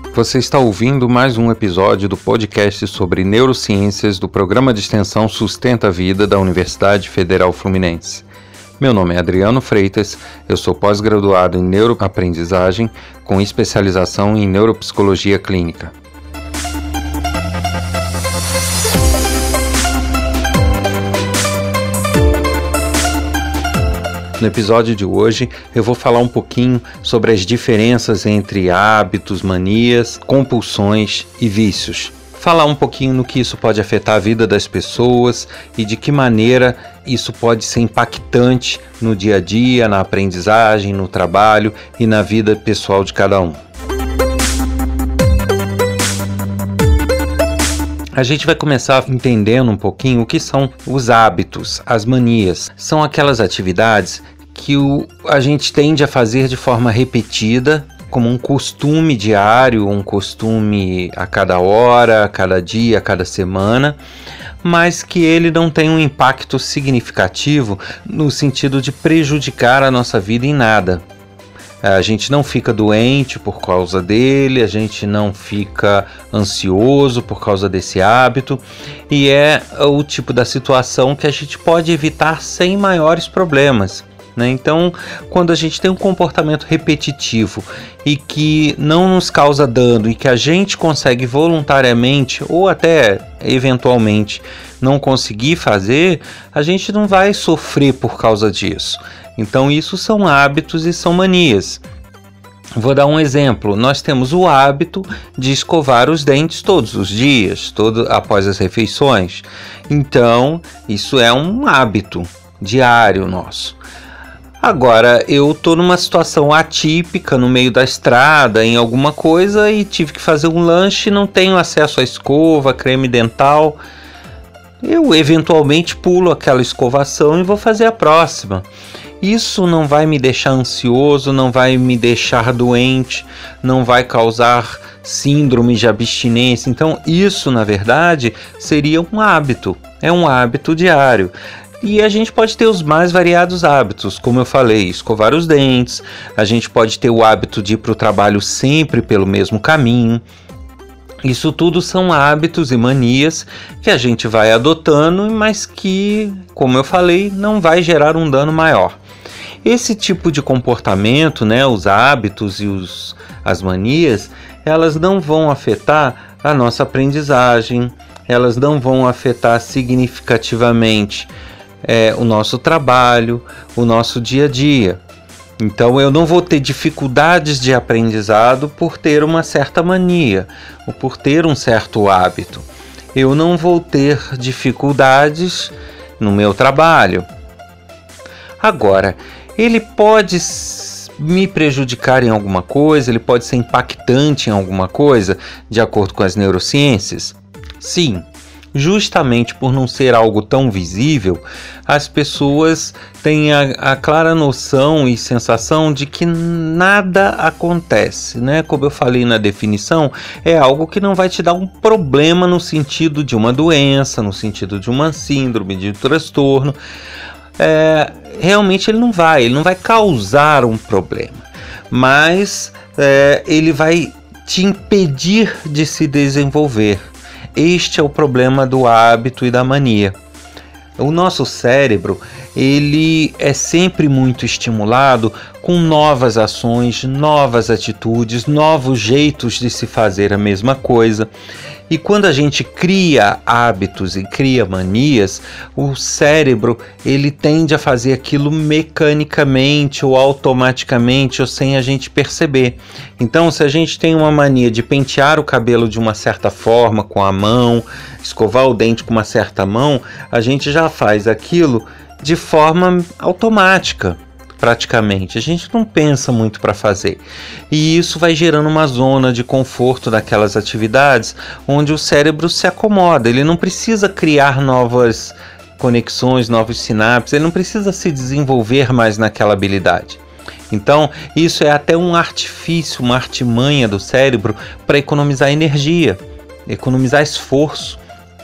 Você está ouvindo mais um episódio do podcast sobre neurociências do Programa de Extensão Sustenta a Vida da Universidade Federal Fluminense. Meu nome é Adriano Freitas, eu sou pós-graduado em neuroaprendizagem com especialização em neuropsicologia clínica. No episódio de hoje, eu vou falar um pouquinho sobre as diferenças entre hábitos, manias, compulsões e vícios. Falar um pouquinho no que isso pode afetar a vida das pessoas e de que maneira isso pode ser impactante no dia a dia, na aprendizagem, no trabalho e na vida pessoal de cada um. A gente vai começar entendendo um pouquinho o que são os hábitos, as manias. São aquelas atividades que a gente tende a fazer de forma repetida, como um costume diário, um costume a cada hora, a cada dia, a cada semana, mas que ele não tem um impacto significativo no sentido de prejudicar a nossa vida em nada. A gente não fica doente por causa dele, a gente não fica ansioso por causa desse hábito, e é o tipo da situação que a gente pode evitar sem maiores problemas, né? Então, quando a gente tem um comportamento repetitivo e que não nos causa dano e que a gente consegue voluntariamente ou até eventualmente não conseguir fazer, a gente não vai sofrer por causa disso. Então isso são hábitos e são manias. Vou dar um exemplo. Nós temos o hábito de escovar os dentes todos os dias, após as refeições. Então isso é um hábito diário nosso. Agora, eu estou numa situação atípica no meio da estrada, em alguma coisa, e tive que fazer um lanche, não tenho acesso à escova, creme dental. Eu eventualmente pulo aquela escovação e vou fazer a próxima. Isso não vai me deixar ansioso, não vai me deixar doente, não vai causar síndrome de abstinência. Então, isso, na verdade, seria um hábito. É um hábito diário. E a gente pode ter os mais variados hábitos, como eu falei, escovar os dentes. A gente pode ter o hábito de ir para o trabalho sempre pelo mesmo caminho. Isso tudo são hábitos e manias que a gente vai adotando, mas que, como eu falei, não vai gerar um dano maior. Esse tipo de comportamento, né, os hábitos e as manias, elas não vão afetar a nossa aprendizagem, elas não vão afetar significativamente o nosso trabalho, o nosso dia a dia. Então eu não vou ter dificuldades de aprendizado por ter uma certa mania, ou por ter um certo hábito. Eu não vou ter dificuldades no meu trabalho. Agora, ele pode me prejudicar em alguma coisa, ele pode ser impactante em alguma coisa, de acordo com as neurociências? Sim. Justamente por não ser algo tão visível, as pessoas têm a clara noção e sensação de que nada acontece, né? Como eu falei na definição, é algo que não vai te dar um problema no sentido de uma doença, no sentido de uma síndrome, de um transtorno. Realmente ele não vai causar um problema, mas ele vai te impedir de se desenvolver. Este é o problema do hábito e da mania. O nosso cérebro, ele é sempre muito estimulado com novas ações, novas atitudes, novos jeitos de se fazer a mesma coisa. E quando a gente cria hábitos e cria manias, o cérebro ele tende a fazer aquilo mecanicamente ou automaticamente ou sem a gente perceber. Então, se a gente tem uma mania de pentear o cabelo de uma certa forma com a mão, escovar o dente com uma certa mão, a gente já faz aquilo de forma automática. Praticamente, a gente não pensa muito para fazer, e isso vai gerando uma zona de conforto daquelas atividades onde o cérebro se acomoda. Ele não precisa criar novas conexões, novos sinapses, ele não precisa se desenvolver mais naquela habilidade. Então, isso é até um artifício, uma artimanha do cérebro para economizar energia, economizar esforço.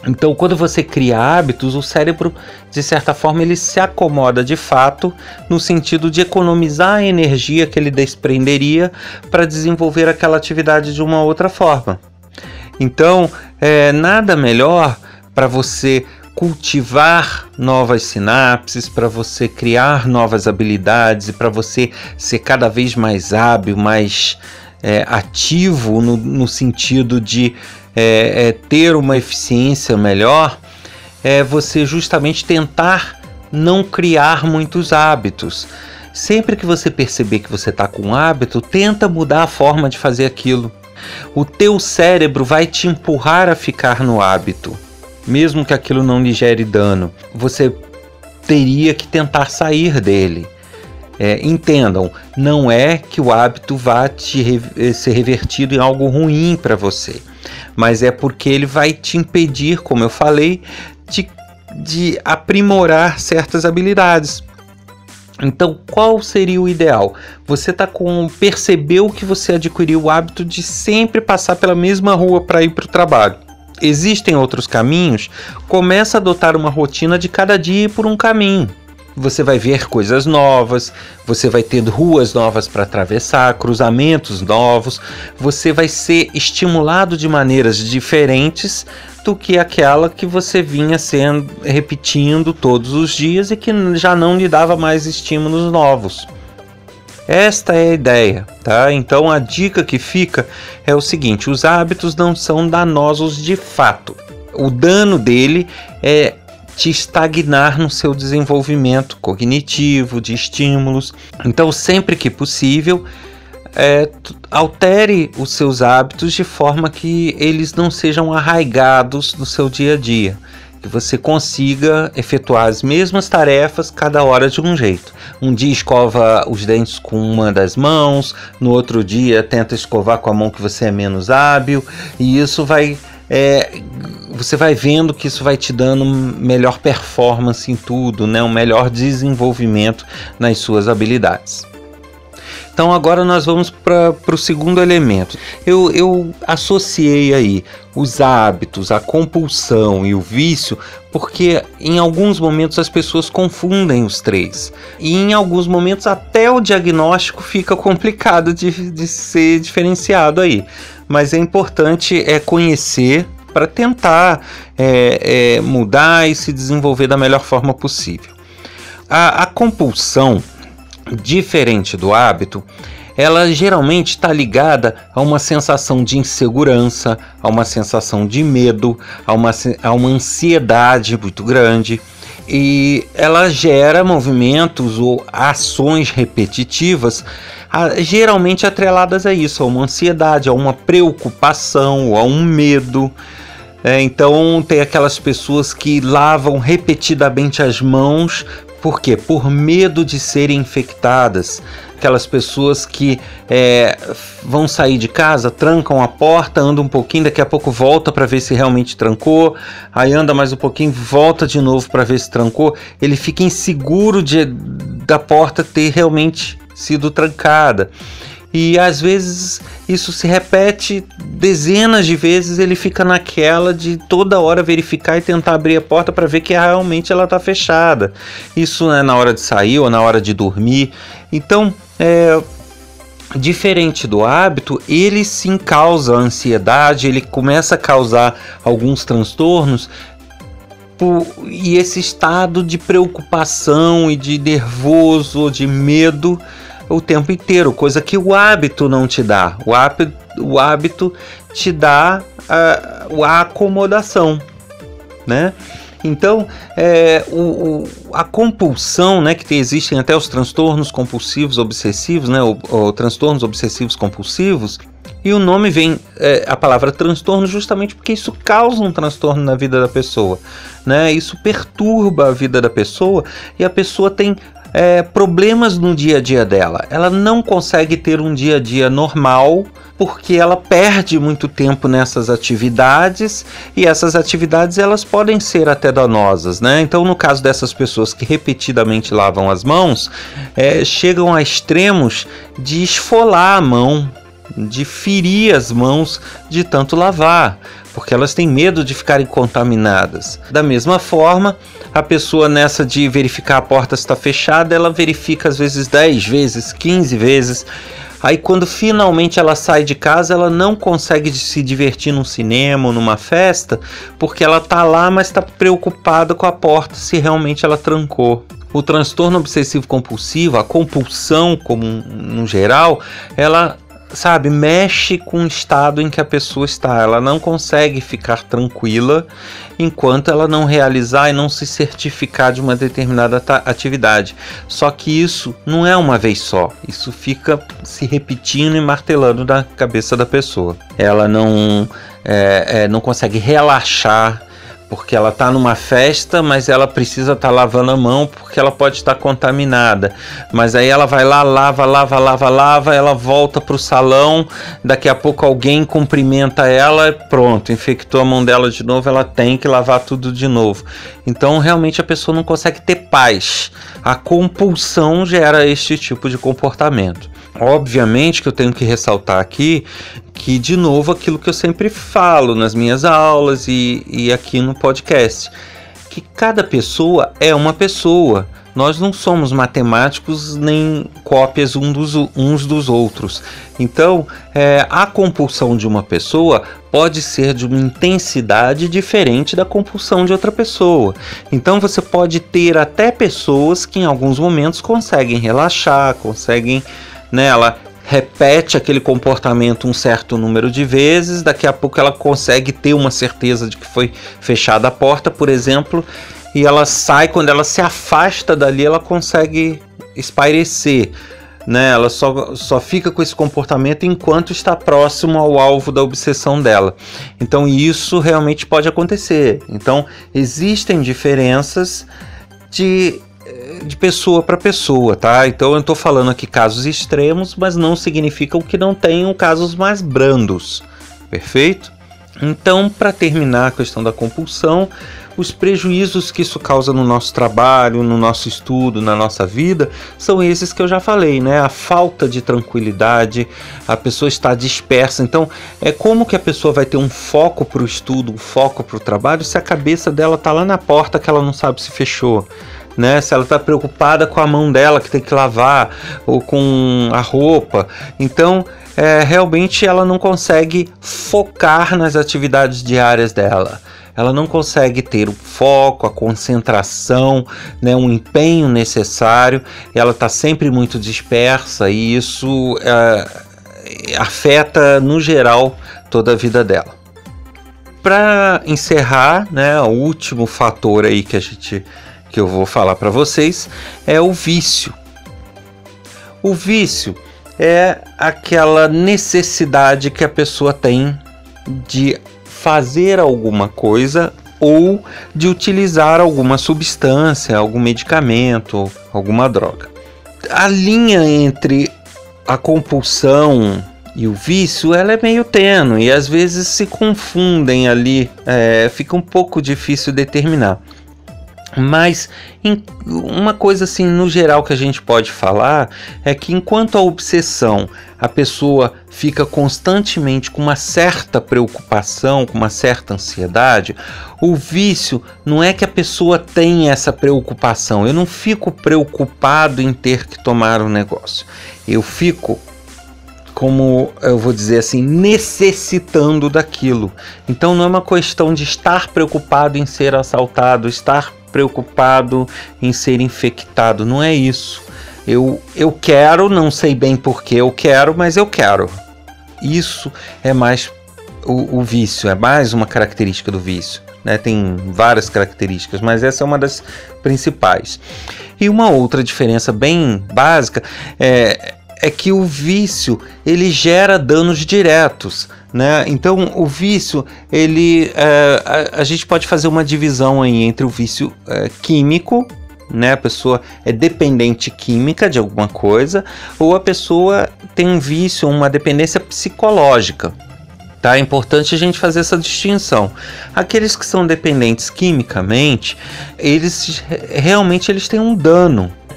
Então, quando você cria hábitos, o cérebro, de certa forma, ele se acomoda de fato no sentido de economizar a energia que ele desprenderia para desenvolver aquela atividade de uma outra forma. Então, nada melhor para você cultivar novas sinapses, para você criar novas habilidades e para você ser cada vez mais hábil, mais ativo no sentido de ter uma eficiência melhor, você justamente tentar não criar muitos hábitos. Sempre que você perceber que você está com um hábito, tenta mudar a forma de fazer aquilo. O teu cérebro vai te empurrar a ficar no hábito, mesmo que aquilo não lhe gere dano. Você teria que tentar sair dele. Entendam, não é que o hábito vá ser revertido em algo ruim para você, mas é porque ele vai te impedir, como eu falei, de aprimorar certas habilidades. Então, qual seria o ideal? Você percebeu que você adquiriu o hábito de sempre passar pela mesma rua para ir para o trabalho. Existem outros caminhos? Começa a adotar uma rotina de cada dia ir por um caminho. Você vai ver coisas novas, você vai ter ruas novas para atravessar, cruzamentos novos, você vai ser estimulado de maneiras diferentes do que aquela que você vinha repetindo todos os dias e que já não lhe dava mais estímulos novos. Esta é a ideia, tá? Então a dica que fica é o seguinte: os hábitos não são danosos de fato. O dano dele é te estagnar no seu desenvolvimento cognitivo, de estímulos. Então, sempre que possível, altere os seus hábitos de forma que eles não sejam arraigados no seu dia a dia, que você consiga efetuar as mesmas tarefas cada hora de um jeito. Um dia escova os dentes com uma das mãos, no outro dia tenta escovar com a mão que você é menos hábil, e isso você vai vendo que isso vai te dando melhor performance em tudo, né? Um melhor desenvolvimento nas suas habilidades. Então agora nós vamos para o segundo elemento. Eu associei aí os hábitos, a compulsão e o vício, porque em alguns momentos as pessoas confundem os três. E em alguns momentos até o diagnóstico fica complicado de ser diferenciado aí. Mas é importante conhecer para tentar mudar e se desenvolver da melhor forma possível. A compulsão, diferente do hábito, ela geralmente está ligada a uma sensação de insegurança, a uma sensação de medo, a uma ansiedade muito grande, e ela gera movimentos ou ações repetitivas geralmente atreladas a isso, a uma ansiedade, a uma preocupação, a um medo. Então tem aquelas pessoas que lavam repetidamente as mãos. Por quê? Por medo de serem infectadas. Aquelas pessoas que vão sair de casa, trancam a porta, andam um pouquinho, daqui a pouco volta para ver se realmente trancou, aí anda mais um pouquinho, volta de novo para ver se trancou. Ele fica inseguro da porta ter realmente sido trancada. E às vezes isso se repete dezenas de vezes, ele fica naquela de toda hora verificar e tentar abrir a porta para ver que realmente ela está fechada. Isso é na hora de sair ou na hora de dormir. Então, diferente do hábito, ele sim causa ansiedade, ele começa a causar alguns transtornos, e esse estado de preocupação e de nervoso, de medo o tempo inteiro, coisa que o hábito não te dá. O hábito te dá a acomodação, né? Então, a compulsão, né, que existem até os transtornos compulsivos obsessivos, né, ou transtornos obsessivos compulsivos, e o nome vem, a palavra transtorno, justamente porque isso causa um transtorno na vida da pessoa, né? Isso perturba a vida da pessoa e a pessoa tem problemas no dia a dia dela. Ela não consegue ter um dia a dia normal porque ela perde muito tempo nessas atividades, e essas atividades elas podem ser até danosas, né? Então, no caso dessas pessoas que repetidamente lavam as mãos, chegam a extremos de esfolar a mão, de ferir as mãos de tanto lavar. porque elas têm medo de ficarem contaminadas. Da mesma forma, a pessoa nessa de verificar a porta se está fechada, ela verifica às vezes 10 vezes, 15 vezes. Aí quando finalmente ela sai de casa, ela não consegue se divertir num cinema ou numa festa, porque ela está lá, mas está preocupada com a porta, se realmente ela trancou. O transtorno obsessivo compulsivo, a compulsão como no geral, ela mexe com o estado em que a pessoa está. Ela não consegue ficar tranquila enquanto ela não realizar e não se certificar de uma determinada atividade. Só que isso não é uma vez só. Isso fica se repetindo e martelando na cabeça da pessoa. Ela não consegue relaxar, porque ela está numa festa, mas ela precisa estar lavando a mão porque ela pode estar contaminada. Mas aí ela vai lá, lava, ela volta para o salão, daqui a pouco alguém cumprimenta ela, pronto, infectou a mão dela de novo, ela tem que lavar tudo de novo. Então realmente a pessoa não consegue ter paz. A compulsão gera este tipo de comportamento. Obviamente que eu tenho que ressaltar aqui que, de novo, aquilo que eu sempre falo nas minhas aulas e aqui no podcast, que cada pessoa é uma pessoa. Nós não somos matemáticos nem cópias uns dos outros. Então, a compulsão de uma pessoa pode ser de uma intensidade diferente da compulsão de outra pessoa. Então, você pode ter até pessoas que em alguns momentos conseguem relaxar, ela repete aquele comportamento um certo número de vezes, daqui a pouco ela consegue ter uma certeza de que foi fechada a porta, por exemplo, e ela sai, quando ela se afasta dali, ela consegue espairecer, ela só fica com esse comportamento enquanto está próximo ao alvo da obsessão dela. Então isso realmente pode acontecer. Então existem diferenças de pessoa para pessoa, tá? Então eu estou falando aqui casos extremos, mas não significam que não tenham casos mais brandos, perfeito? Então, para terminar a questão da compulsão, os prejuízos que isso causa no nosso trabalho, no nosso estudo, na nossa vida, são esses que eu já falei, A falta de tranquilidade, a pessoa está dispersa. Então, como que a pessoa vai ter um foco para o estudo, um foco para o trabalho, se a cabeça dela está lá na porta que ela não sabe se fechou? Se ela está preocupada com a mão dela que tem que lavar, ou com a roupa. Então, realmente ela não consegue focar nas atividades diárias dela. Ela não consegue ter o foco, a concentração, um empenho necessário. Ela está sempre muito dispersa e isso afeta, no geral, toda a vida dela. Para encerrar, o último fator aí que eu vou falar para vocês é o vício. O vício é aquela necessidade que a pessoa tem de fazer alguma coisa ou de utilizar alguma substância, algum medicamento, alguma droga. A linha entre a compulsão e o vício, ela é meio tênue e às vezes se confundem ali, fica um pouco difícil determinar. Mas uma coisa assim, no geral, que a gente pode falar é que enquanto a obsessão, a pessoa fica constantemente com uma certa preocupação, com uma certa ansiedade, o vício não é que a pessoa tem essa preocupação. Eu não fico preocupado em ter que tomar um negócio. Eu fico, como eu vou dizer assim, necessitando daquilo. Então não é uma questão de estar preocupado em ser assaltado, estar preocupado em ser infectado, não é isso. Eu quero, não sei bem por que eu quero, mas eu quero. Isso é mais o vício, é mais uma característica do vício, Tem várias características, mas essa é uma das principais. E uma outra diferença bem básica é que o vício, ele gera danos diretos, Então o vício, a gente pode fazer uma divisão aí entre o vício químico, A pessoa é dependente química de alguma coisa, ou a pessoa tem um vício, uma dependência psicológica. É importante a gente fazer essa distinção. Aqueles que são dependentes quimicamente, eles realmente têm um dano.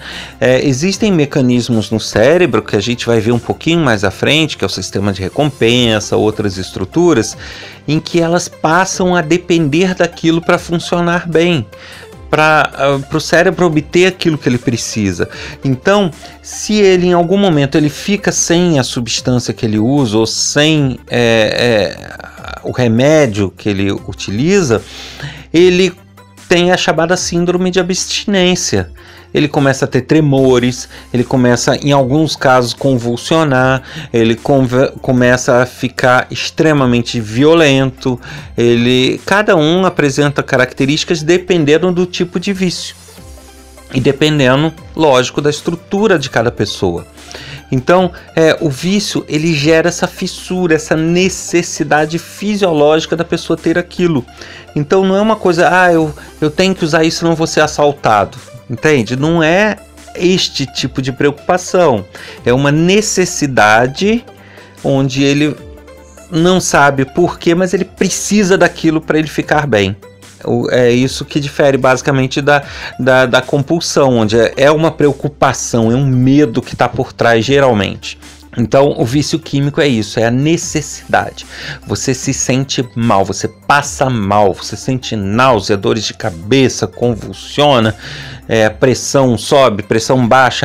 Existem mecanismos no cérebro que a gente vai ver um pouquinho mais à frente, que é o sistema de recompensa, outras estruturas, em que elas passam a depender daquilo para funcionar bem, para o cérebro obter aquilo que ele precisa. Então, se ele em algum momento ele fica sem a substância que ele usa ou sem o remédio que ele utiliza, ele tem a chamada síndrome de abstinência. Ele começa a ter tremores, ele começa, em alguns casos, convulsionar, ele começa a ficar extremamente violento. Cada um apresenta características dependendo do tipo de vício e dependendo, lógico, da estrutura de cada pessoa. Então, o vício, ele gera essa fissura, essa necessidade fisiológica da pessoa ter aquilo. Então, não é uma coisa, eu tenho que usar isso, senão vou ser assaltado. Entende? Não é este tipo de preocupação. É uma necessidade onde ele não sabe por quê, mas ele precisa daquilo para ele ficar bem. É isso que difere basicamente da compulsão, onde é uma preocupação, é um medo que está por trás geralmente. Então, o vício químico é isso, é a necessidade. Você se sente mal, você passa mal, você sente náusea, dores de cabeça, convulsiona, pressão sobe, pressão baixa,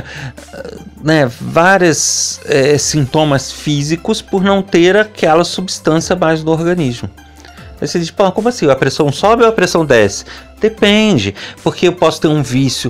vários sintomas físicos por não ter aquela substância mais do organismo. Aí você diz, como assim? A pressão sobe ou a pressão desce? Depende, porque eu posso ter um vício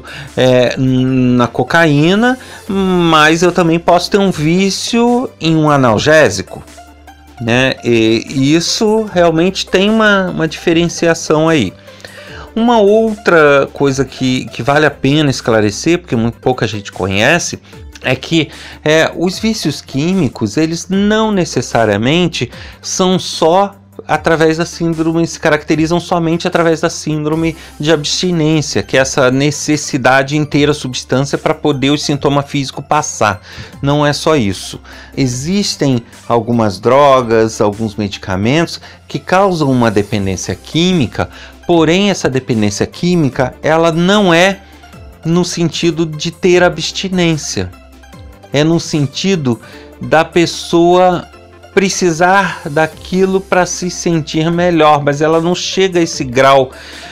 na cocaína, mas eu também posso ter um vício em um analgésico, né? E isso realmente tem uma diferenciação aí. Uma outra coisa que vale a pena esclarecer, porque muito pouca gente conhece, é que os vícios químicos, eles não necessariamente são só através da síndrome, se caracterizam somente através da síndrome de abstinência, que é essa necessidade de ter a substância para poder o sintoma físico passar. Não é só isso. Existem algumas drogas, alguns medicamentos que causam uma dependência química, porém essa dependência química, ela não é no sentido de ter abstinência. É no sentido da pessoa precisar daquilo para se sentir melhor, mas ela não chega a esse grau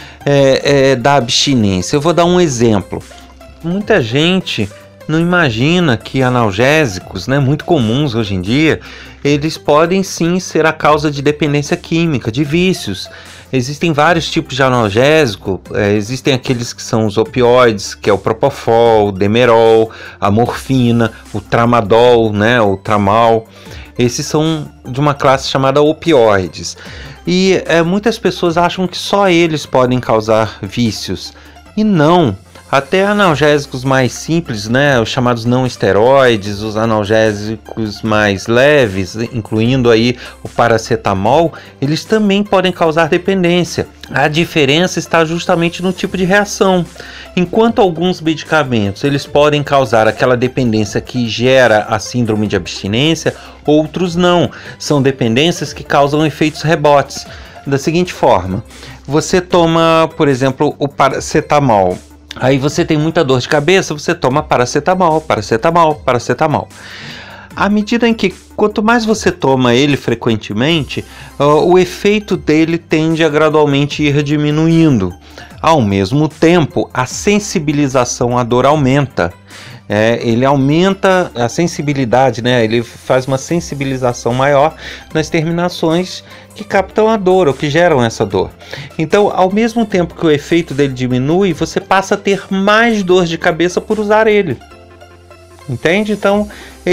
da abstinência. Eu vou dar um exemplo. Muita gente não imagina que analgésicos, muito comuns hoje em dia, eles podem sim ser a causa de dependência química, de vícios. Existem vários tipos de analgésico, existem aqueles que são os opioides, que é o Propofol, o Demerol, a morfina, o Tramadol, o Tramal. Esses são de uma classe chamada opioides. E muitas pessoas acham que só eles podem causar vícios. E não. Até analgésicos mais simples, os chamados não esteroides, os analgésicos mais leves, incluindo aí o paracetamol, eles também podem causar dependência. A diferença está justamente no tipo de reação. Enquanto alguns medicamentos eles podem causar aquela dependência que gera a síndrome de abstinência, outros não. São dependências que causam efeitos rebotes. Da seguinte forma, você toma, por exemplo, o paracetamol. Aí você tem muita dor de cabeça, você toma paracetamol, paracetamol, paracetamol. À medida em que quanto mais você toma ele frequentemente, o efeito dele tende a gradualmente ir diminuindo. Ao mesmo tempo, a sensibilização à dor aumenta. Ele aumenta a sensibilidade, ele faz uma sensibilização maior nas terminações que captam a dor ou que geram essa dor. Então, ao mesmo tempo que o efeito dele diminui, você passa a ter mais dor de cabeça por usar ele. Entende? Então,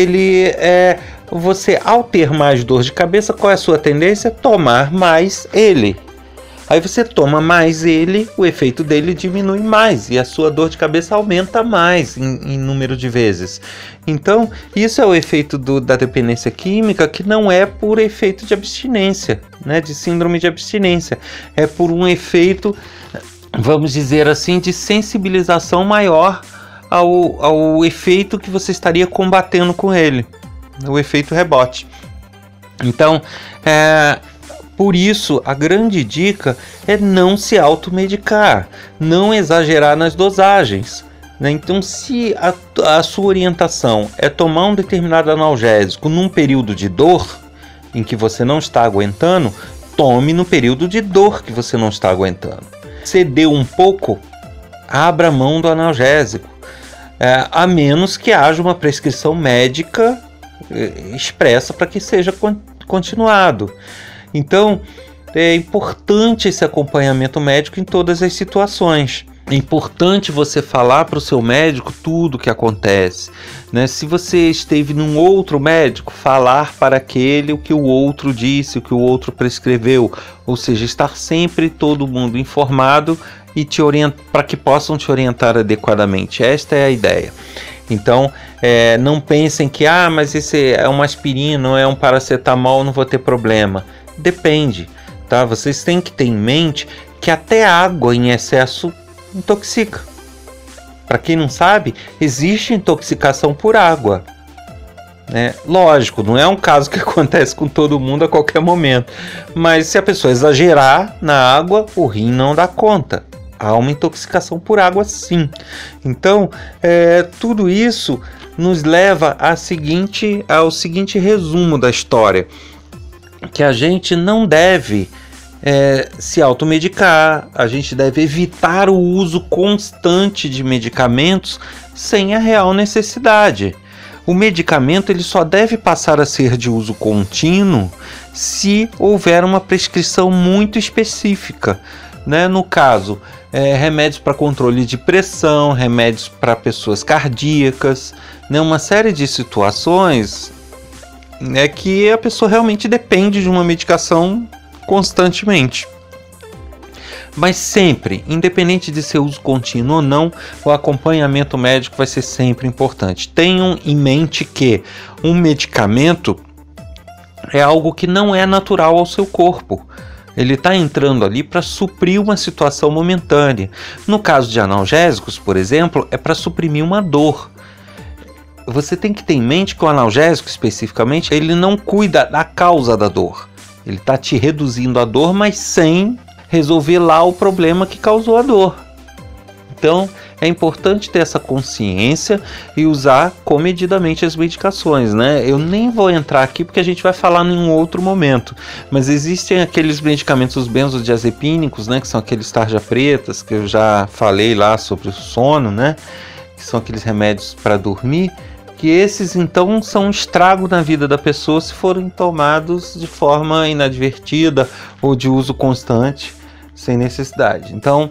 você ao ter mais dor de cabeça, qual é a sua tendência? Tomar mais ele. Aí você toma mais ele, o efeito dele diminui mais e a sua dor de cabeça aumenta mais em número de vezes. Então, isso é o efeito da dependência química, que não é por efeito de abstinência, de síndrome de abstinência. É por um efeito, vamos dizer assim, de sensibilização maior ao efeito que você estaria combatendo com ele, o efeito rebote. Então, por isso, a grande dica é não se automedicar, não exagerar nas dosagens. né? Então, se a sua orientação é tomar um determinado analgésico num período de dor, em que você não está aguentando, tome no período de dor que você não está aguentando. Cedeu um pouco, abra mão do analgésico, a menos que haja uma prescrição médica expressa para que seja continuado. Então, é importante esse acompanhamento médico em todas as situações. É importante você falar para o seu médico tudo o que acontece, né? Se você esteve num outro médico, falar para aquele o que o outro disse, o que o outro prescreveu, ou seja, estar sempre todo mundo informado e para que possam te orientar adequadamente. Esta é a ideia. Então, não pensem que mas esse é uma aspirina ou é um paracetamol, não vou ter problema. Depende, tá? Vocês têm que ter em mente que até água em excesso intoxica. Para quem não sabe, existe intoxicação por água, né? Lógico, não é um caso que acontece com todo mundo a qualquer momento, mas se a pessoa exagerar na água, o rim não dá conta. Há uma intoxicação por água, sim. Então, tudo isso nos leva ao seguinte resumo da história, que a gente não deve se automedicar, a gente deve evitar o uso constante de medicamentos sem a real necessidade. O medicamento ele só deve passar a ser de uso contínuo se houver uma prescrição muito específica, né? No caso, remédios para controle de pressão, remédios para pessoas cardíacas, né? Uma série de situações que a pessoa realmente depende de uma medicação constantemente. Mas sempre, independente de seu uso contínuo ou não, o acompanhamento médico vai ser sempre importante. Tenham em mente que um medicamento é algo que não é natural ao seu corpo. Ele está entrando ali para suprir uma situação momentânea. No caso de analgésicos, por exemplo, é para suprimir uma dor. Você tem que ter em mente que o analgésico, especificamente, ele não cuida da causa da dor. Ele está te reduzindo a dor, mas sem resolver lá o problema que causou a dor. Então, é importante ter essa consciência e usar comedidamente as medicações, né? Eu nem vou entrar aqui porque a gente vai falar em um outro momento, mas existem aqueles medicamentos, os benzodiazepínicos, né? Que são aqueles tarja pretas, que eu já falei lá sobre o sono, né? Que são aqueles remédios para dormir, que esses então são um estrago na vida da pessoa se forem tomados de forma inadvertida ou de uso constante, sem necessidade. Então,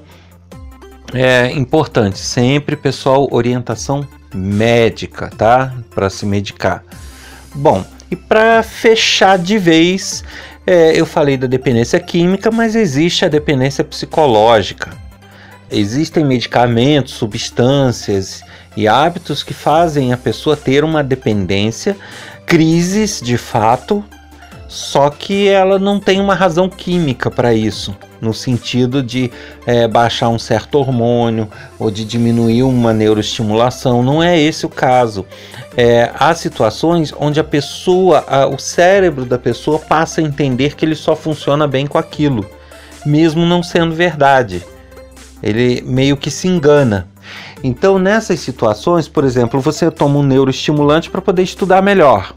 é importante sempre, pessoal, orientação médica, tá? Para se medicar. Bom, e para fechar de vez, eu falei da dependência química, mas existe a dependência psicológica. Existem medicamentos, substâncias e hábitos que fazem a pessoa ter uma dependência, crises de fato, só que ela não tem uma razão química para isso, no sentido de baixar um certo hormônio ou de diminuir uma neuroestimulação. Não é esse o caso. Há situações onde o cérebro da pessoa passa a entender que ele só funciona bem com aquilo, mesmo não sendo verdade. Ele meio que se engana. Então, nessas situações, por exemplo, você toma um neuroestimulante para poder estudar melhor.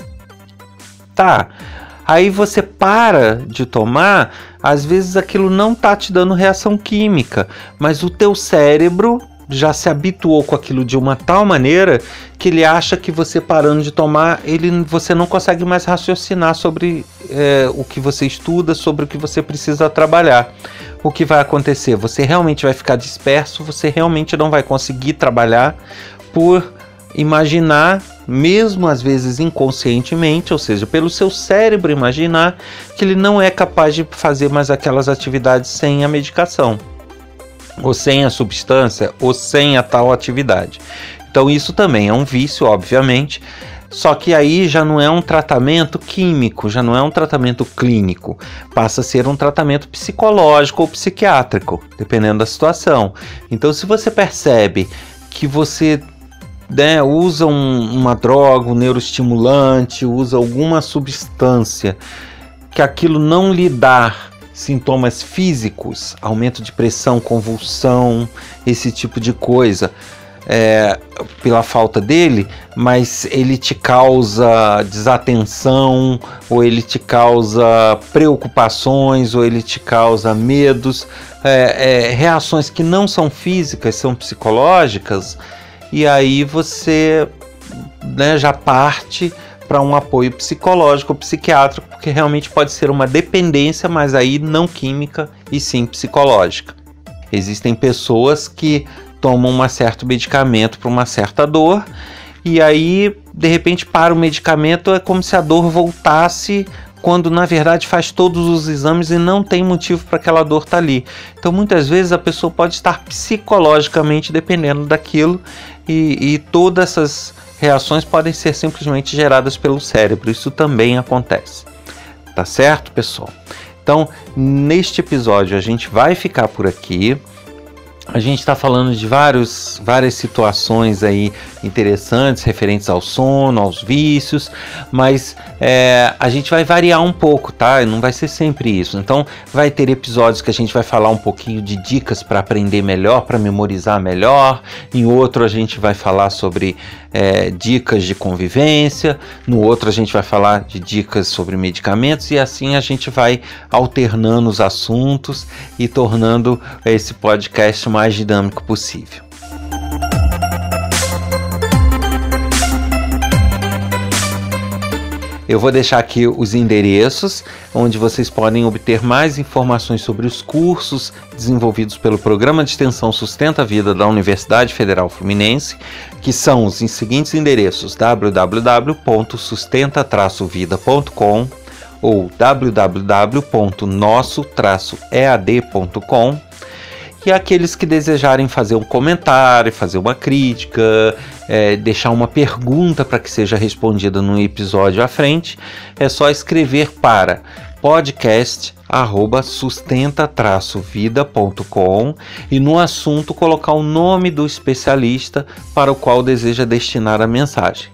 Tá. Aí você para de tomar, às vezes aquilo não tá te dando reação química, mas o teu cérebro já se habituou com aquilo de uma tal maneira que ele acha que você parando de tomar, você não consegue mais raciocinar sobre o que você estuda, sobre o que você precisa trabalhar. O que vai acontecer? Você realmente vai ficar disperso, você realmente não vai conseguir trabalhar por imaginar, mesmo às vezes inconscientemente, ou seja, pelo seu cérebro imaginar que ele não é capaz de fazer mais aquelas atividades sem a medicação, ou sem a substância, ou sem a tal atividade. Então isso também é um vício, obviamente, só que aí já não é um tratamento químico, já não é um tratamento clínico, passa a ser um tratamento psicológico ou psiquiátrico, dependendo da situação. Então se você percebe que você usa uma droga, um neuroestimulante, usa alguma substância que aquilo não lhe dá sintomas físicos, aumento de pressão, convulsão, esse tipo de coisa, pela falta dele, mas ele te causa desatenção, ou ele te causa preocupações, ou ele te causa medos, reações que não são físicas, são psicológicas, e aí você, né, já parte para um apoio psicológico ou psiquiátrico, porque realmente pode ser uma dependência, mas aí não química e sim psicológica. Existem pessoas que tomam um certo medicamento para uma certa dor, e aí de repente para o medicamento é como se a dor voltasse, quando na verdade faz todos os exames e não tem motivo para aquela dor estar ali. Então muitas vezes a pessoa pode estar psicologicamente dependendo daquilo, e todas essas reações podem ser simplesmente geradas pelo cérebro. Isso também acontece. Tá certo, pessoal? Então, neste episódio a gente vai ficar por aqui. A gente está falando de várias situações aí interessantes referentes ao sono, aos vícios, mas a gente vai variar um pouco, tá? Não vai ser sempre isso. Então vai ter episódios que a gente vai falar um pouquinho de dicas para aprender melhor, para memorizar melhor. Em outro a gente vai falar sobre dicas de convivência. No outro a gente vai falar de dicas sobre medicamentos, e assim a gente vai alternando os assuntos e tornando esse podcast o mais dinâmico possível. Eu vou deixar aqui os endereços onde vocês podem obter mais informações sobre os cursos desenvolvidos pelo Programa de Extensão Sustenta a Vida da Universidade Federal Fluminense, que são os seguintes endereços: www.sustenta-vida.com ou www.nosso-ead.com. E aqueles que desejarem fazer um comentário, fazer uma crítica, deixar uma pergunta para que seja respondida no episódio à frente, é só escrever para podcast@sustenta-vida.com e no assunto colocar o nome do especialista para o qual deseja destinar a mensagem.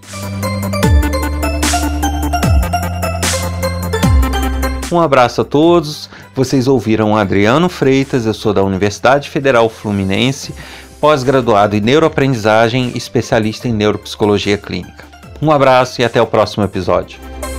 Um abraço a todos. Vocês ouviram Adriano Freitas, eu sou da Universidade Federal Fluminense, pós-graduado em neuroaprendizagem, especialista em neuropsicologia clínica. Um abraço e até o próximo episódio.